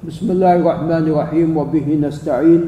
بسم الله الرحمن الرحيم، وبه نستعين،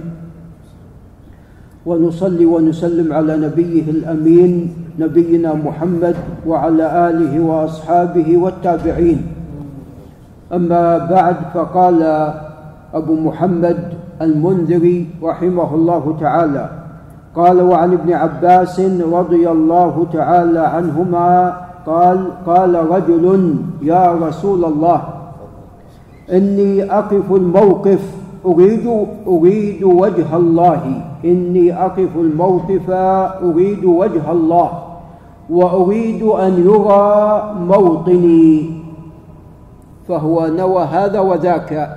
ونصلي ونسلم على نبيه الأمين نبينا محمد وعلى آله وأصحابه والتابعين. أما بعد، فقال أبو محمد المنذري رحمه الله تعالى قال: وعن ابن عباس رضي الله تعالى عنهما قال رجل: يا رسول الله، إني أقف الموقف أريد وجه الله، إني أقف الموقف أريد وجه الله، وأريد أن يرى موطني. فهو نوى هذا وذاك،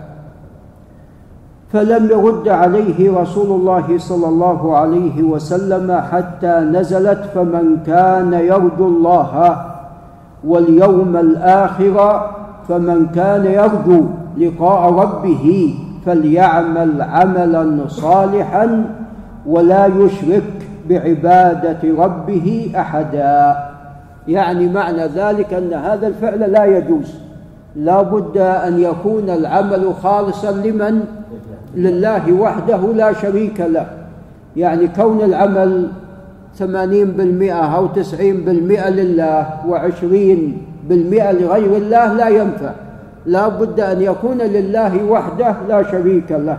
فلم يرد عليه رسول الله صلى الله عليه وسلم حتى نزلت: فمن كان يرجو الله واليوم الآخر فمن كان يرجو لقاء ربه فليعمل عملا صالحا ولا يشرك بعبادة ربه أحدا. يعني معنى ذلك أن هذا الفعل لا يجوز، لا بد أن يكون العمل خالصا لمن؟ لله وحده لا شريك له. يعني كون العمل 80% أو 90% لله و20% لغير الله لا ينفع، لا بد أن يكون لله وحده لا شريك له.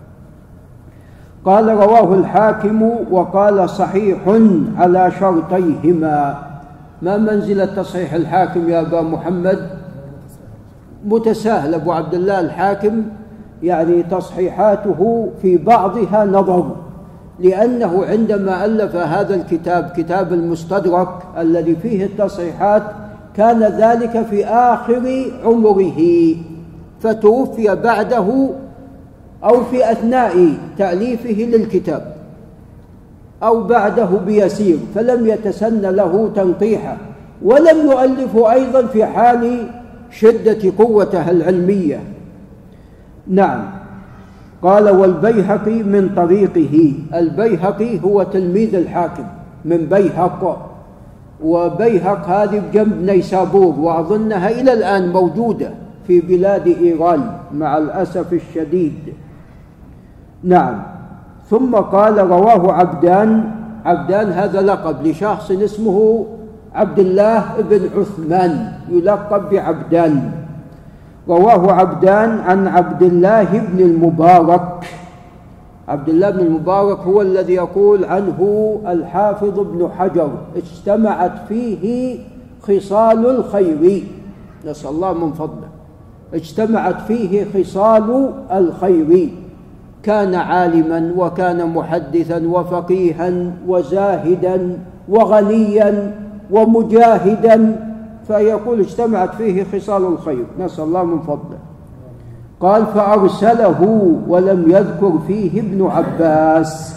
قال: رواه الحاكم وقال صحيح على شرطيهما. ما منزلة تصحيح الحاكم يا أبا محمد؟ متساهل أبو عبد الله الحاكم، يعني تصحيحاته في بعضها نظر، لأنه عندما ألف هذا الكتاب، كتاب المستدرك الذي فيه التصحيحات، كان ذلك في آخر عمره، فتوفي بعده أو في أثناء تأليفه للكتاب أو بعده بيسير، فلم يتسن له تنقيحه، ولم يؤلف أيضا في حال شدة قوته العلمية. نعم. قال: والبيهقي من طريقه. البيهقي هو تلميذ الحاكم من بيهق، وبيهق هذه بجنب نيسابور، وأظنها إلى الآن موجودة في بلاد إيران مع الأسف الشديد. نعم. ثم قال: رواه عبدان. عبدان هذا لقب لشخص اسمه عبد الله بن عثمان، يلقب بعبدان. رواه عبدان عن عبد الله بن المبارك. عبد الله بن المبارك هو الذي يقول عنه الحافظ ابن حجر: اجتمعت فيه خصال الخير. نسأل الله من فضله. اجتمعت فيه خصال الخير. كان عالما، وكان محدثا، وفقيها، وزاهدا، وغنيا، ومجاهدا، فيقول اجتمعت فيه خصال الخير، نسأل الله من فضله. قال: فأرسله ولم يذكر فيه ابن عباس.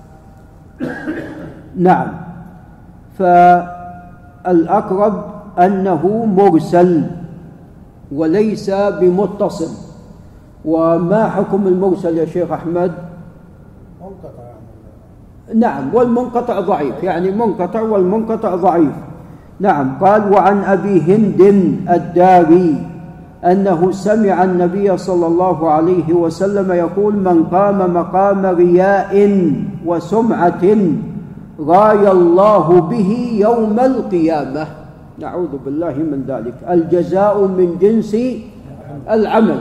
نعم. فالأقرب أنه مرسل وليس بمتصل. وما حكم المرسل يا شيخ أحمد؟ منقطع. نعم، والمنقطع ضعيف، يعني منقطع والمنقطع ضعيف. نعم. قال: وعن أبي هند الداري أنه سمع النبي صلى الله عليه وسلم يقول: من قام مقام رياء وسمعة راي الله به يوم القيامة. نعوذ بالله من ذلك. الجزاء من جنس العمل.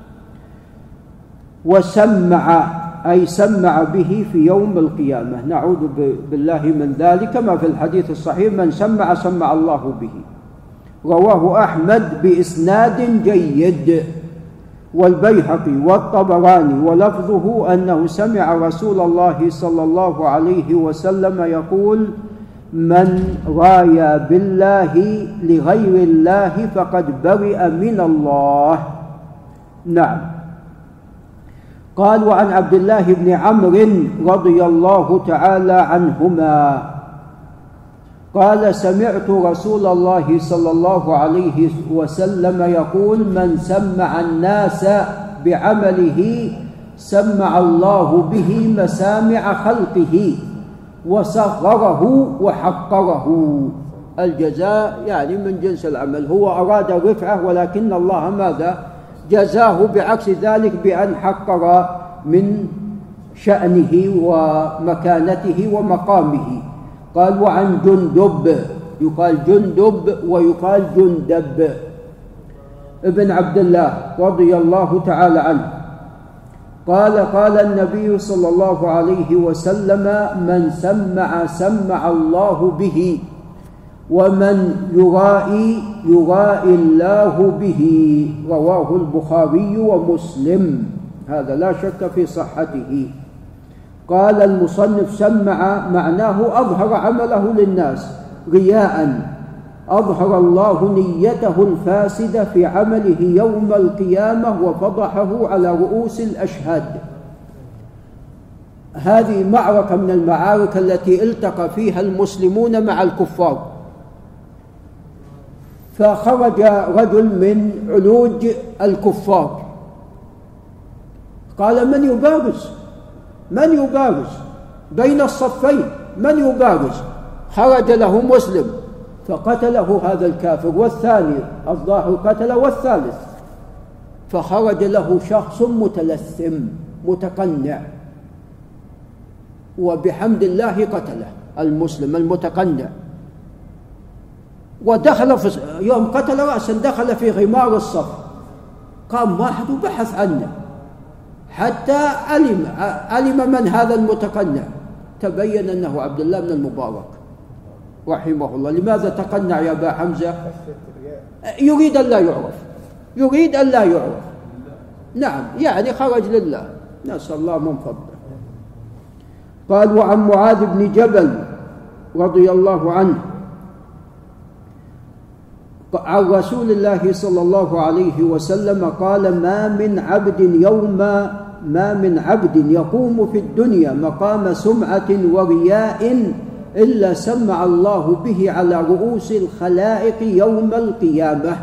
وسمع أي سمع به في يوم القيامة، نعوذ بالله من ذلك، كما في الحديث الصحيح: من سمع سمع الله به. رواه أحمد بإسناد جيد، والبيهقي والطبراني، ولفظه أنه سمع رسول الله صلى الله عليه وسلم يقول: من رايا بالله لغير الله فقد برئ من الله. نعم. قال: وعن عبد الله بن عمرو رضي الله تعالى عنهما قال: سمعت رسول الله صلى الله عليه وسلم يقول: من سمع الناس بعمله سمع الله به مسامع خلقه وصغره وحقره. الجزاء يعني من جنس العمل. هو أراد رفعه، ولكن الله ماذا؟ جزاه بعكس ذلك بأن حقر من شأنه ومكانته ومقامه. قال وعن جندب، يقال جندب ويقال جندب، ابن عبد الله رضي الله تعالى عنه قال قال النبي صلى الله عليه وسلم من سمع الله به، ومن يرائي الله به. رواه البخاري ومسلم، هذا لا شك في صحته. قال المصنف سمع معناه أظهر عمله للناس رياء، أظهر الله نيته الفاسدة في عمله يوم القيامة وفضحه على رؤوس الأشهاد. هذه معركة من المعارك التي التقى فيها المسلمون مع الكفار، فخرج رجل من علوج الكفار قال من يبارز بين الصفين، من يبارز؟ خرج له مسلم فقتله هذا الكافر، والثاني الظاهر قتله، والثالث، فخرج له شخص متلثم متقنع، وبحمد الله قتله المسلم المتقنع. ودخل في يوم قتل رأسا دخل في غمار الصف، قام واحد وبحث عنه حتى علم من هذا المتقنع، تبين أنه عبد الله بن المبارك رحمه الله. لماذا تقنع يا أبا حمزة؟ يريد أن لا يعرف، نعم، يعني خرج لله، نسأل الله من فضله. قال وعن معاذ بن جبل رضي الله عنه عن رسول الله صلى الله عليه وسلم قال ما من عبد يقوم في الدنيا مقام سمعة ورياء إلا سمع الله به على رؤوس الخلائق يوم القيامة.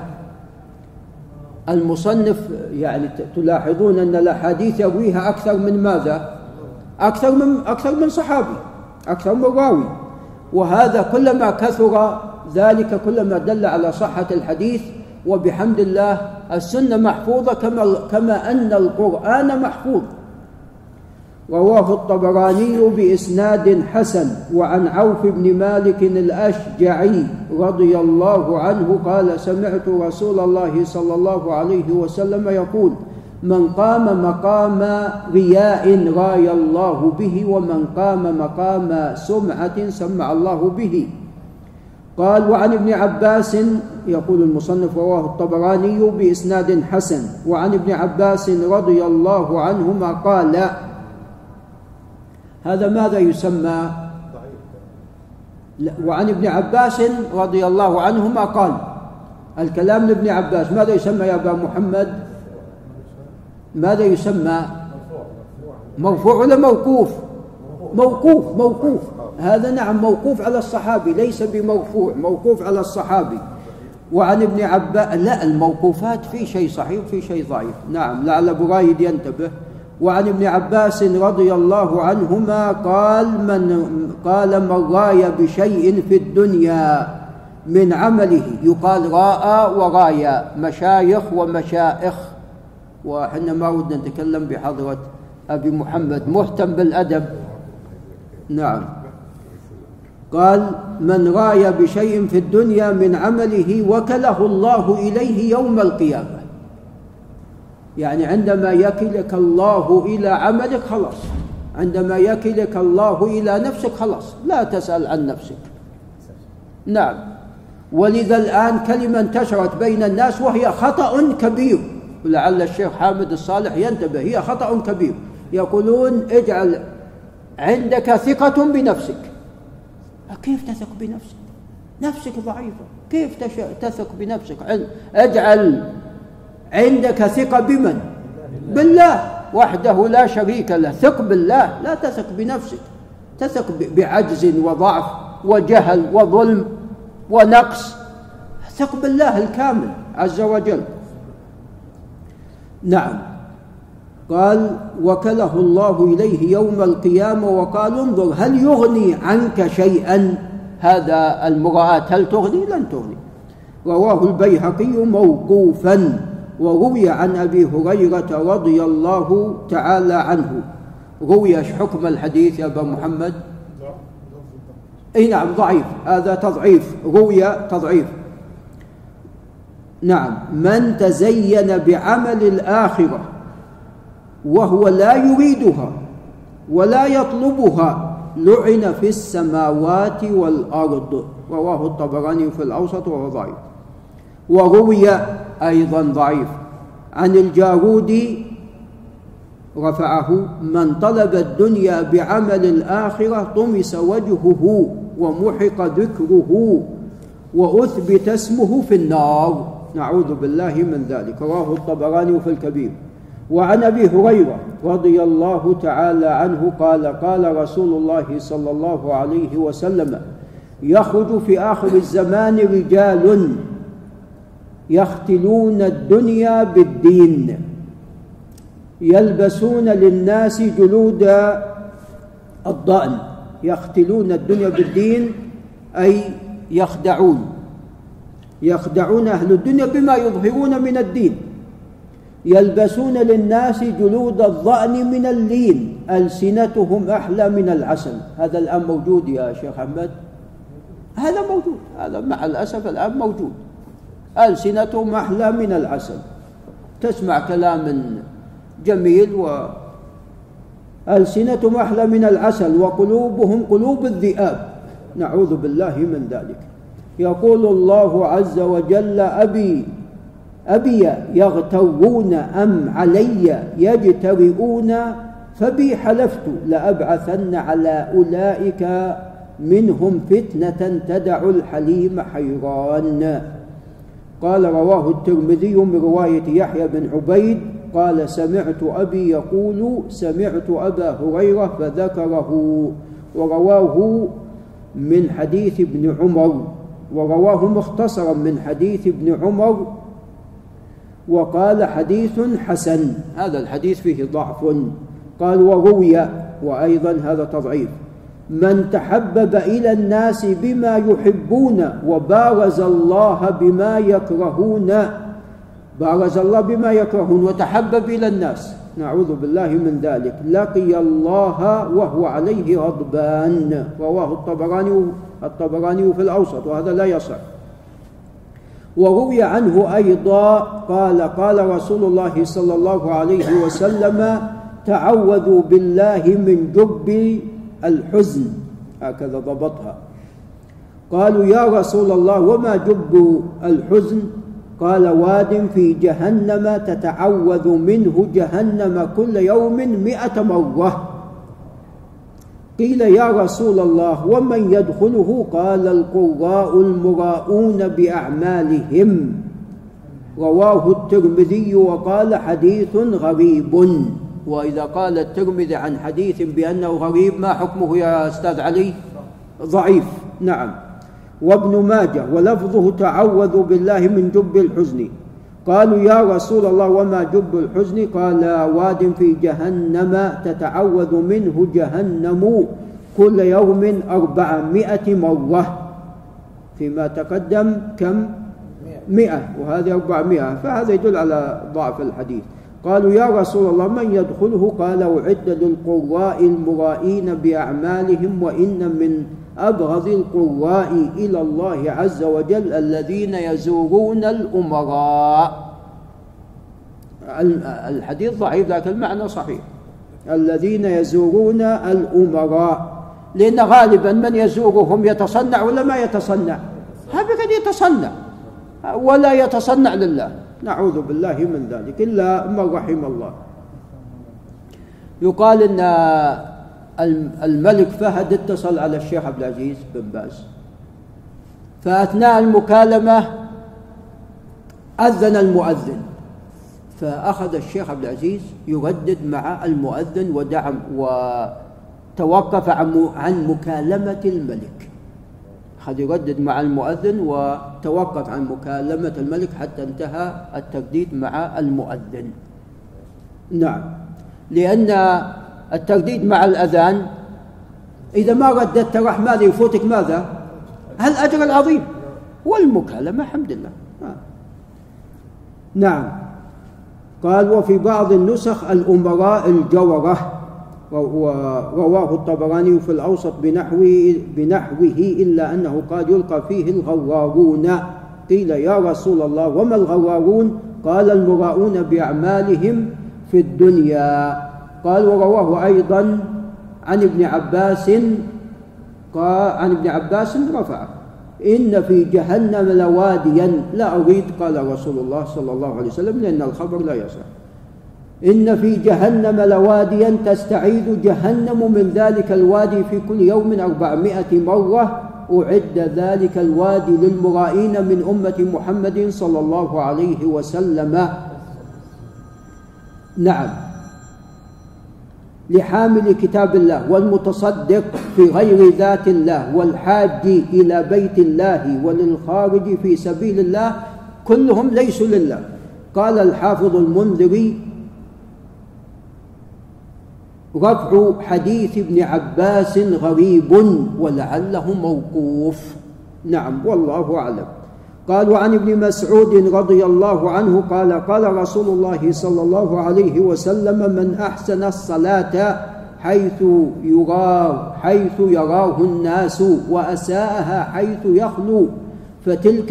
المصنف يعني تلاحظون أن الأحاديث يرويها أكثر من ماذا؟ أكثر من صحابي، أكثر من راوي، وهذا كلما كثر ذلك كلما دل على صحة الحديث. وبحمد الله السنة محفوظة كما أن القرآن محفوظ. رواه الطبراني بإسناد حسن. وعن عوف بن مالك الأشجعي رضي الله عنه قال سمعت رسول الله صلى الله عليه وسلم يقول من قام مقام رياء راي الله به، ومن قام مقام سمعة سمع الله به. قال وعن ابن عباس، يقول المصنف رواه الطبراني بإسناد حسن، وعن ابن عباس رضي الله عنهما قال، هذا ماذا يسمى؟ وعن ابن عباس رضي الله عنهما قال، الكلام لابن عباس، ماذا يسمى يا أبا محمد؟ ماذا يسمى؟ مرفوع ولا موقوف؟ موقوف. هذا نعم موقوف على الصحابي، ليس بمرفوع، موقوف على الصحابي. وعن ابن عباس، لا، الموقوفات في شيء صحيح وفي شيء ضعيف، نعم، لعل أبو رايد ينتبه. وعن ابن عباس رضي الله عنهما قال من راي بشيء في الدنيا من عمله، يقال راء ورايا، مشايخ ومشائخ، وحنا ما ودنا نتكلم بحضرة أبي محمد، مهتم بالأدب، نعم. قال من راي بشيء في الدنيا من عمله وكله الله إليه يوم القيامة، يعني عندما يكلك الله إلى عملك خلاص، عندما يكلك الله إلى نفسك خلاص، لا تسأل عن نفسك، نعم. ولذا الآن كلمة انتشرت بين الناس وهي خطأ كبير، ولعل الشيخ حامد الصالح ينتبه، هي خطأ كبير. يقولون اجعل عندك ثقة بنفسك. كيف تثق بنفسك؟ نفسك ضعيفة، كيف تثق بنفسك؟ اجعل عندك ثقة بمن؟ بالله وحده لا شريك له، ثق بالله، لا تثق بنفسك، تثق بعجز وضعف وجهل وظلم ونقص، ثق بالله الكامل عز وجل، نعم. قال وكله الله إليه يوم القيامة، وقال انظر هل يغني عنك شيئا، هذا المراءة، هل تغني؟ لن تغني. رواه البيهقي موقوفا. وروي عن أبي هريرة رضي الله تعالى عنه. روي ايش حكم الحديث يا أبا محمد؟ اي نعم ضعيف، هذا تضعيف، روي تضعيف. نعم. من تزين بعمل الآخرة وهو لا يريدها ولا يطلبها لعن في السماوات والأرض. رواه الطبراني في الأوسط وهو ضعيف. وروي أيضا ضعيف عن الجارودي رفعه: من طلب الدنيا بعمل الآخرة طمس وجهه ومحق ذكره وأثبت اسمه في النار. نعوذ بالله من ذلك. رواه الطبراني في الكبير. وعن أبي هريرة رضي الله تعالى عنه قال: قال رسول الله صلى الله عليه وسلم: يخرج في آخر الزمان رجال يختلون الدنيا بالدين، يلبسون للناس جلود الضأن. يختلون الدنيا بالدين أي يخدعون أهل الدنيا بما يظهرون من الدين. يلبسون للناس جلود الضأن من اللين، ألسنتهم أحلى من العسل. هذا الآن موجود يا شيخ أحمد، هذا موجود، هذا مع الأسف الآن موجود. ألسنتهم أحلى من العسل، تسمع كلام جميل وألسنتهم أحلى من العسل وقلوبهم قلوب الذئاب. نعوذ بالله من ذلك. يقول الله عز وجل: أبي يغترون أم علي يجترئون فبي حلفت لأبعثن على أولئك منهم فتنة تدع الحليم حيران. قال: رواه الترمذي من رواية يحيى بن عبيد قال: سمعت أبي يقول سمعت أبا هريرة فذكره. ورواه من حديث ابن عمر، ورواه مختصرا من حديث ابن عمر وقال: حديث حسن. هذا الحديث فيه ضعف. قال: وروي، وأيضا هذا تضعيف: من تحبب إلى الناس بما يحبون وبارز الله بما يكرهون. بارز الله بما يكرهون وتحبب إلى الناس، نعوذ بالله من ذلك، لقي الله وهو عليه غضبان. رواه الطبراني في الأوسط، وهذا لا يصح. وروي عنه أيضا قال رسول الله صلى الله عليه وسلم: تعوذوا بالله من جب الحزن. هكذا ضبطها. قالوا: يا رسول الله وما جب الحزن؟ قال: واد في جهنم تتعوذ منه جهنم كل يوم 100 مرة. قيل: يا رسول الله ومن يدخله؟ قال: القراء المراؤون بأعمالهم. رواه الترمذي وقال: حديث غريب. وإذا قال الترمذي عن حديث بأنه غريب ما حكمه يا أستاذ علي؟ ضعيف. نعم. وابن ماجه ولفظه: تعوذوا بالله من جب الحزن. قالوا: يا رسول الله وما جب الحزن؟ قال: واد في جهنم تتعوذ منه جهنم كل يوم 400 مرة. فيما تقدم كم؟ 100، وهذه 400، فهذا يدل على ضعف الحديث. قالوا: يا رسول الله من يدخله؟ قال: أعد للقراء المرائين بأعمالهم، وإن من أبغض القراء إلى الله عز وجل الذين يزورون الأمراء. الحديث ضعيف لكن المعنى صحيح، الذين يزورون الأمراء، لأن غالبا من يزورهم يتصنع ولا ما يتصنع؟ هذا يتصنع ولا يتصنع لله، نعوذ بالله من ذلك، إلا من رحم الله. يقال إن الملك فهد اتصل على الشيخ عبد العزيز بن باز، فأثناء المكالمة أذن المؤذن، فأخذ الشيخ عبد العزيز يردد مع المؤذن وتوقف عن مكالمة الملك، أخذ يردد مع المؤذن وتوقف عن مكالمة الملك حتى انتهى الترديد مع المؤذن. نعم، لأن الترديد مع الأذان إذا ما رددت راح ماذا يفوتك؟ ماذا؟ الأجر العظيم، والمكالمة الحمد لله. نعم. قال وفي بعض النسخ الأمراء الجورة، ورواه الطبراني في الأوسط بنحوه إلا أنه قال يلقى فيه الغرارون. قيل يا رسول الله وما الغرارون؟ قال المراؤون بأعمالهم في الدنيا. قال ورواه أيضا عن ابن عباس رفعه إن في جهنم لواديا لا أريد قال رسول الله صلى الله عليه وسلم لأن الخبر لا يصح. إن في جهنم لواديا تستعيذ جهنم من ذلك الوادي في كل يوم 400 مرة، أعد ذلك الوادي للمرائين من أمة محمد صلى الله عليه وسلم. نعم، لحامل كتاب الله والمتصدق في غير ذات الله والحاج إلى بيت الله وللخارج في سبيل الله كلهم ليسوا لله. قال الحافظ المنذري رفع حديث ابن عباس غريب ولعله موقوف. نعم والله أعلم. قالوا عن ابن مسعود رضي الله عنه قال قال رسول الله صلى الله عليه وسلم من أحسن الصلاة حيث يراه الناس وأساءها حيث يخلو فتلك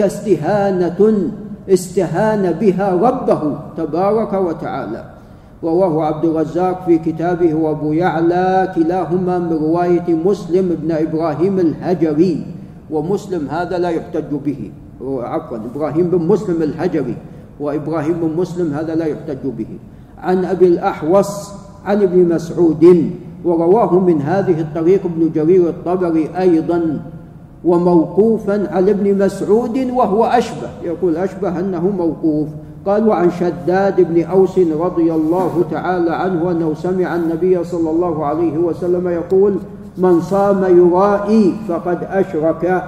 استهان بها ربه تبارك وتعالى. رواه عبد الرزاق في كتابه وأبو يعلى كلاهما من رواية مسلم بن إبراهيم الهجري، ومسلم هذا لا يحتج به، عفوا إبراهيم بن مسلم الهجري، وإبراهيم بن مسلم هذا لا يحتج به. عن أبي الأحوص عن ابن مسعود، ورواه من هذه الطريق ابن جرير الطبري أيضا وموقوفا على ابن مسعود وهو أشبه، يقول أشبه أنه موقوف. قال وعن شداد بن أوس رضي الله تعالى عنه أنه سمع النبي صلى الله عليه وسلم يقول من صام يرائي فقد أشرك،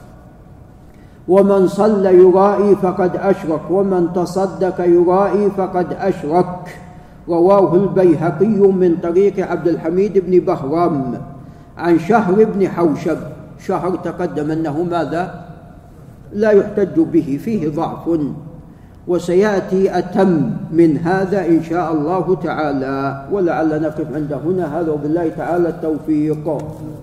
ومن صلى يرائي فقد أشرك، ومن تصدق يرائي فقد أشرك. رواه البيهقي من طريق عبد الحميد بن بهرام عن شهر بن حوشب. شهر تقدم أنه ماذا؟ لا يحتج به، فيه ضعف، وسيأتي أتم من هذا إن شاء الله تعالى. ولعل نقف عند هنا. هذا وبالله تعالى التوفيق.